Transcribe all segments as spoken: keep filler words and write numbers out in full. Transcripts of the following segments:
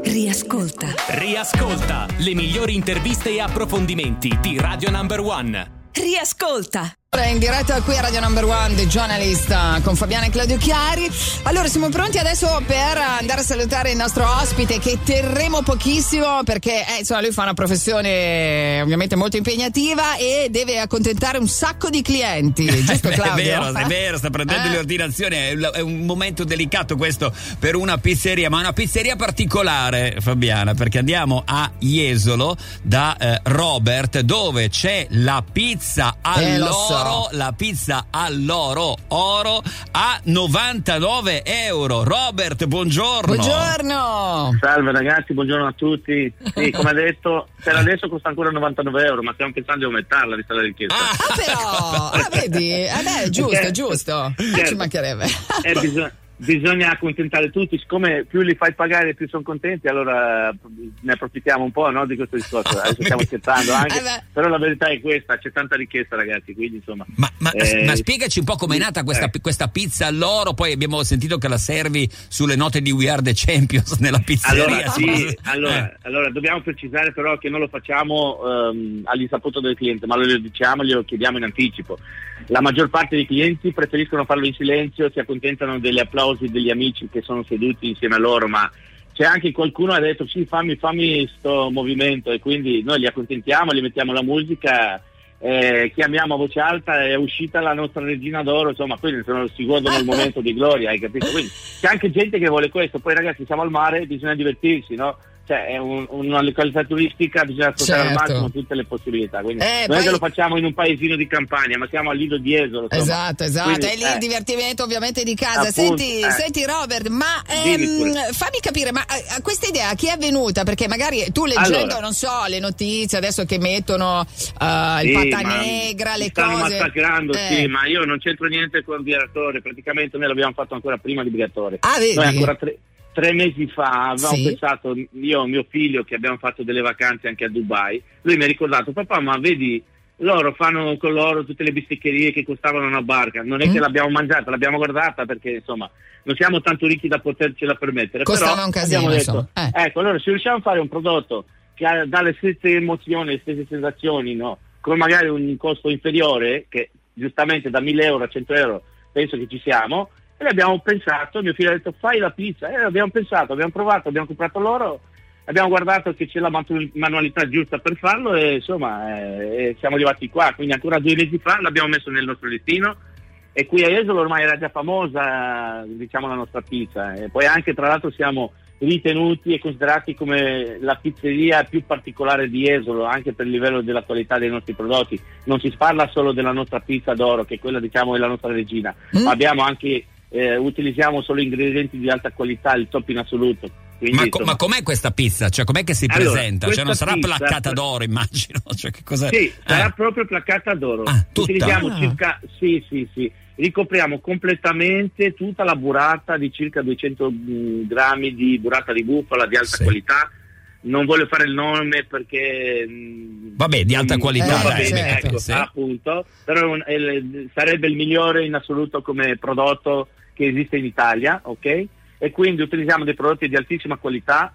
Riascolta. Riascolta le migliori interviste e approfondimenti di Radio Number One. Riascolta. In diretta qui a Radio Number One, The Journalist con Fabiana e Claudio Chiari. Allora siamo pronti adesso per andare a salutare il nostro ospite, che terremo pochissimo perché eh, insomma lui fa una professione ovviamente molto impegnativa e deve accontentare un sacco di clienti, giusto Claudio? È vero, è vero, sta prendendo eh. le ordinazioni, è un momento delicato questo per una pizzeria, ma una pizzeria particolare, Fabiana, perché andiamo a Jesolo da eh, Robert, dove c'è la pizza all'oro. Eh, La pizza all'oro, oro a novantanove euro. Robert, buongiorno. Buongiorno. Salve ragazzi, buongiorno a tutti. Sì, come detto, per adesso costa ancora novantanove euro, ma stiamo pensando di aumentarla vista la richiesta. Ah, ah però, ah, vedi, eh beh, giusto, Perché, giusto, certo, ci mancherebbe. Eh, bisogna, bisogna accontentare tutti, siccome più li fai pagare più sono contenti, allora ne approfittiamo un po', no, di questo discorso. Adesso stiamo scherzando anche, eh però la verità è questa, c'è tanta richiesta ragazzi, quindi insomma. Ma, ma, eh, ma spiegaci un po' com'è nata questa, eh. questa pizza all'oro, poi abbiamo sentito che la servi sulle note di We Are The Champions nella pizzeria. Allora, sì, Eh. allora, allora dobbiamo precisare però che non lo facciamo um, all'insaputo del cliente, ma lo diciamo, glielo chiediamo in anticipo. La maggior parte dei clienti preferiscono farlo in silenzio, si accontentano degli applausi degli amici che sono seduti insieme a loro, ma c'è anche qualcuno che ha detto sì, fammi, fammi sto movimento, e quindi noi li accontentiamo, gli mettiamo la musica, eh, chiamiamo a voce alta, è uscita la nostra regina d'oro, insomma, quindi sono, si godono il momento di gloria, hai capito? Quindi c'è anche gente che vuole questo, poi ragazzi siamo al mare, bisogna divertirsi, no? Cioè è un, una località turistica, bisogna sfruttare Certo. al massimo tutte le possibilità, quindi Eh, non è poi- che lo facciamo in un paesino di campagna, ma siamo al Lido di Jesolo, insomma. Esatto, esatto, Quindi, è lì eh, il divertimento ovviamente di casa. Appunto, Senti, eh. senti Robert, ma Dimmi ehm, pure. fammi capire, ma a, a questa idea chi è venuta? Perché magari tu leggendo, Allora. non so, le notizie adesso che mettono uh, il Sì, pata ma negra, le ci stanno cose. massacrando, Eh. sì, ma io non c'entro niente con il Briatore, praticamente noi l'abbiamo fatto ancora prima di Briatore. Ah, vedi? Noi ancora tre, tre mesi fa avevamo Sì. pensato, io e mio figlio, che abbiamo fatto delle vacanze anche a Dubai, lui mi ha ricordato, papà, ma vedi, loro fanno con loro tutte le bisteccherie che costavano una barca, non è Mm. che l'abbiamo mangiata, l'abbiamo guardata perché insomma non siamo tanto ricchi da potercela permettere. Costava però un casino, abbiamo detto, insomma. Eh. ecco, allora se riusciamo a fare un prodotto che ha, dà le stesse emozioni, le stesse sensazioni, no? Con magari un costo inferiore, che giustamente da mille euro a cento euro penso che ci siamo, e abbiamo pensato, mio figlio ha detto fai la pizza, e abbiamo pensato, abbiamo provato, abbiamo comprato l'oro, abbiamo guardato che c'è la manu- manualità giusta per farlo e insomma eh, e siamo arrivati qua, quindi ancora due mesi fa l'abbiamo messo nel nostro listino e qui a Jesolo ormai era già famosa, diciamo, la nostra pizza, e poi anche tra l'altro siamo ritenuti e considerati come la pizzeria più particolare di Jesolo, anche per il livello della qualità dei nostri prodotti. Non si parla solo della nostra pizza d'oro, che quella diciamo è la nostra regina, Mm. ma abbiamo anche eh, utilizziamo solo ingredienti di alta qualità, il top in assoluto. Quindi, Ma, co- insomma, ma com'è questa pizza? Cioè, com'è che si Allora, presenta? Cioè, non questa sarà pizza- placcata d'oro, immagino. Cioè, che cos'è? Sì, sarà Eh. proprio placcata d'oro. Ah, tutta? Utilizziamo Ah. circa, sì, sì, sì, ricopriamo completamente tutta la burrata di circa duecento mh, grammi di burrata di bufala di alta Sì. qualità. Non voglio fare il nome perché mh, Vabbè, di alta mh, qualità, non va dai, bene, certo. ecco, Sì. appunto, però è un- è il- sarebbe il migliore in assoluto come prodotto che esiste in Italia, ok? E quindi utilizziamo dei prodotti di altissima qualità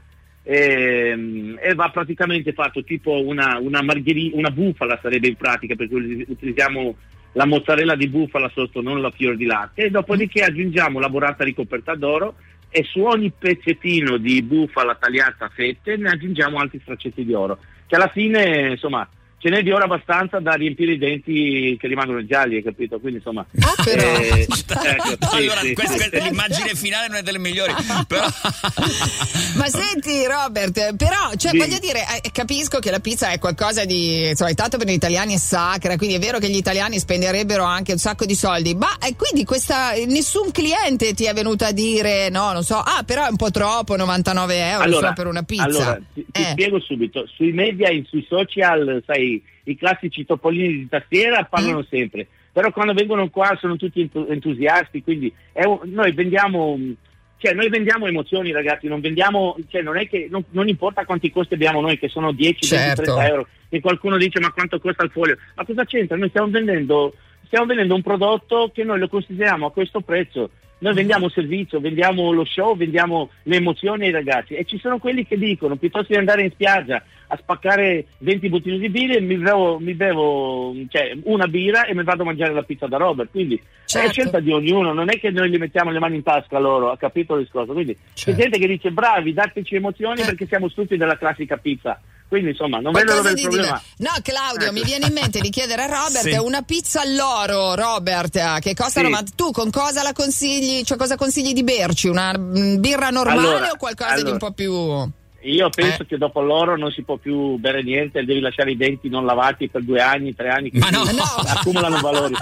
e, e va praticamente fatto tipo una, una margherita, una bufala sarebbe in pratica, perché utilizziamo la mozzarella di bufala sotto, non la fior di latte, e dopodiché aggiungiamo la burrata ricoperta d'oro e su ogni pezzettino di bufala tagliata a fette ne aggiungiamo altri straccetti di oro, che alla fine insomma ce n'è di oro abbastanza da riempire i denti che rimangono gialli, hai capito? Quindi insomma Ah, però. eh, ecco, sì, allora, sì, questa sì, è sì. l'immagine finale, non è delle migliori. Però... Ma senti Robert, però cioè, Sì. voglio dire, eh, capisco che la pizza è qualcosa di, insomma, intanto per gli italiani è sacra, quindi è vero che gli italiani spenderebbero anche un sacco di soldi, ma eh, quindi questa nessun cliente ti è venuto a dire no, non so, ah però è un po' troppo novantanove euro solo per una pizza. Allora, ti, ti Eh. spiego subito. Sui media e sui social, sai, i classici topolini di tastiera parlano Mm. sempre, però quando vengono qua sono tutti entu- entusiasti, quindi è un- noi vendiamo, cioè noi vendiamo emozioni, ragazzi, non vendiamo, cioè non è che non, non importa quanti costi abbiamo noi, che sono dieci, Certo. venti, trenta euro, e qualcuno dice ma quanto costa il foglio? Ma cosa c'entra? Noi stiamo vendendo stiamo vendendo un prodotto che noi lo consideriamo a questo prezzo Noi vendiamo un servizio, vendiamo lo show, vendiamo le emozioni ai ragazzi, e ci sono quelli che dicono piuttosto di andare in spiaggia a spaccare venti bottiglie di birra mi bevo, mi bevo cioè, una birra e mi vado a mangiare la pizza da Robert. Quindi certo. è scelta di ognuno, non è che noi gli mettiamo le mani in tasca loro, ha capito il discorso? Quindi certo. c'è gente che dice bravi, dateci emozioni, eh. perché siamo stuffi della classica pizza. Quindi insomma non vedo dove è il problema. No, Claudio, eh. mi viene in mente di chiedere a Robert sì. una pizza all'oro, Robert, che costa sì. novanta. Tu con cosa la consigli? Cioè cosa consigli di berci? Una mh, birra normale allora, o qualcosa allora. di un po' più... Io penso eh. che dopo l'oro non si può più bere niente, devi lasciare i denti non lavati per due anni, tre anni, che Ma no. no. accumulano valori.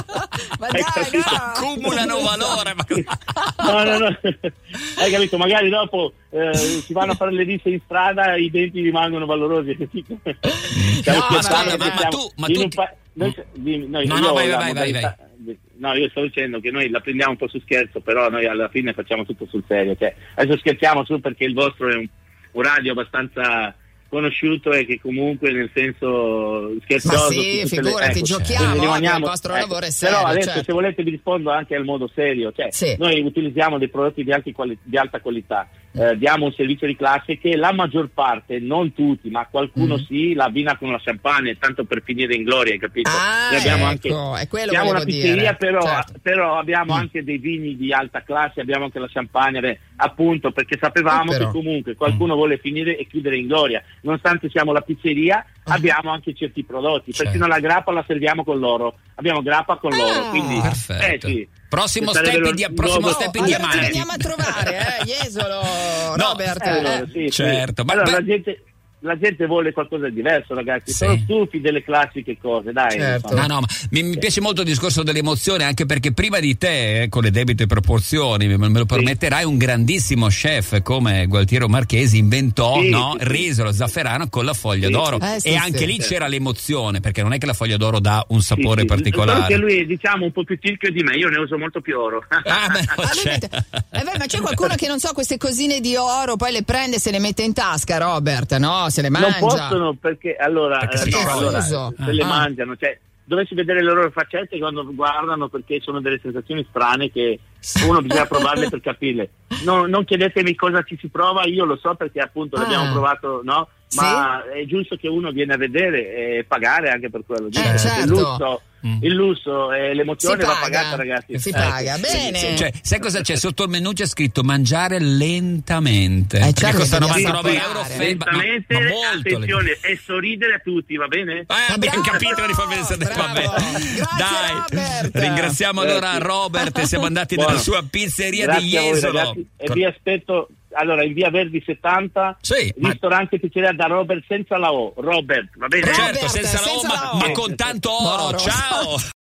Ma Hai dai, capito? no. Accumulano valore. Ma... No, no, no. Hai capito? Magari dopo eh, si vanno a fare le risse in strada e i denti rimangono valorosi, hai capito? Stiamo No, scherzando, ma- ma siamo tu- ma in tu- un pa- noi, di- noi, No, io no, ho vai, la vai, vai, modalità- No, io sto dicendo che noi la prendiamo un po' su scherzo, però noi alla fine facciamo tutto sul serio. Cioè, adesso scherziamo su perché il vostro è un, un radio abbastanza conosciuto e che comunque nel senso scherzoso. Ma sì, figurati, le, ecco, giochiamo, quindi rimaniamo- il vostro ecco. lavoro è serio. Però adesso certo. se volete vi rispondo anche al modo serio. Cioè, Sì. noi utilizziamo dei prodotti di, alti quali- di alta qualità. Eh, diamo un servizio di classe che la maggior parte, non tutti, ma qualcuno Mm. sì, la abbina con la champagne, tanto per finire in gloria, hai capito? Ah, Noi abbiamo ecco, anche, è quello siamo volevo una pizzeria, dire. però, Certo. però abbiamo Mm. anche dei vini di alta classe, abbiamo anche la champagne, beh, appunto perché sapevamo Ah, però. che comunque qualcuno vuole finire e chiudere in gloria. Nonostante siamo la pizzeria, abbiamo anche certi prodotti, Certo. persino la grappa la serviamo con l'oro, abbiamo grappa con l'oro, Ah. quindi Perfetto. eh, sì. Prossimo Che sarebbe step, lo- di, prossimo nuovo- step in allora ci diamanti. veniamo a trovare, eh, Jesolo, No, Robert. Eh, allora, eh. sì, sì. Certo, ma- allora beh- la gente la gente vuole qualcosa di diverso, ragazzi. Sì. Sono stufi delle classiche cose, dai. Certo. insomma. No, no, ma mi, mi piace molto il discorso dell'emozione, anche perché prima di te, eh, con le debite proporzioni, me, me lo permetterai, un grandissimo chef come Gualtiero Marchesi inventò Sì, no, sì, il sì. riso, lo zafferano con la foglia Sì, d'oro. sì. Eh, sì, e anche sì. lì c'era l'emozione, perché non è che la foglia d'oro dà un sapore Sì, sì. particolare. Solo che lui è, diciamo, un po' più tirchio di me, io ne uso molto più oro. Ah, beh, Ah, lui c'è. mette- eh, beh, ma c'è qualcuno che non so queste cosine di oro poi le prende e se le mette in tasca, Robert, no? Se le Non mangia. possono perché allora, Perché eh, si no, scioglie. allora Scuso. se le Ah. mangiano, cioè dovessi vedere le loro faccette quando guardano, perché sono delle sensazioni strane che uno bisogna provarle per capirle. No, non chiedetemi cosa ci si prova, io lo so perché appunto Ah. l'abbiamo provato, no? Sì? Ma è giusto che uno viene a vedere e pagare anche per quello. Eh, certo. Il lusso, Mm. il lusso e l'emozione Si va paga. pagata, ragazzi. Si Eh, paga, sì. bene. Sì, cioè, sai cosa c'è? Sotto il menù c'è scritto mangiare lentamente. Eh, perché certo, costa bisogna novantanove assaporare. euro. fe- ma, ma Lentamente, molto attenzione, lentamente. e sorridere a tutti, va bene? Eh, abbiamo Bravo, capito che li fa pensare. bravo. Vabbè. Grazie, Dai, Robert. ringraziamo allora Grazie. Robert e siamo andati Buono. nella sua pizzeria Grazie di a voi, Jesolo. ragazzi, e Con- vi aspetto allora in via Verdi settanta, Sì, ma- ristorante pizzeria da Robert senza la O, Robert, va bene? Robert, certo, senza, senza la la O, O. ma con tanto oro. Oro. Ciao.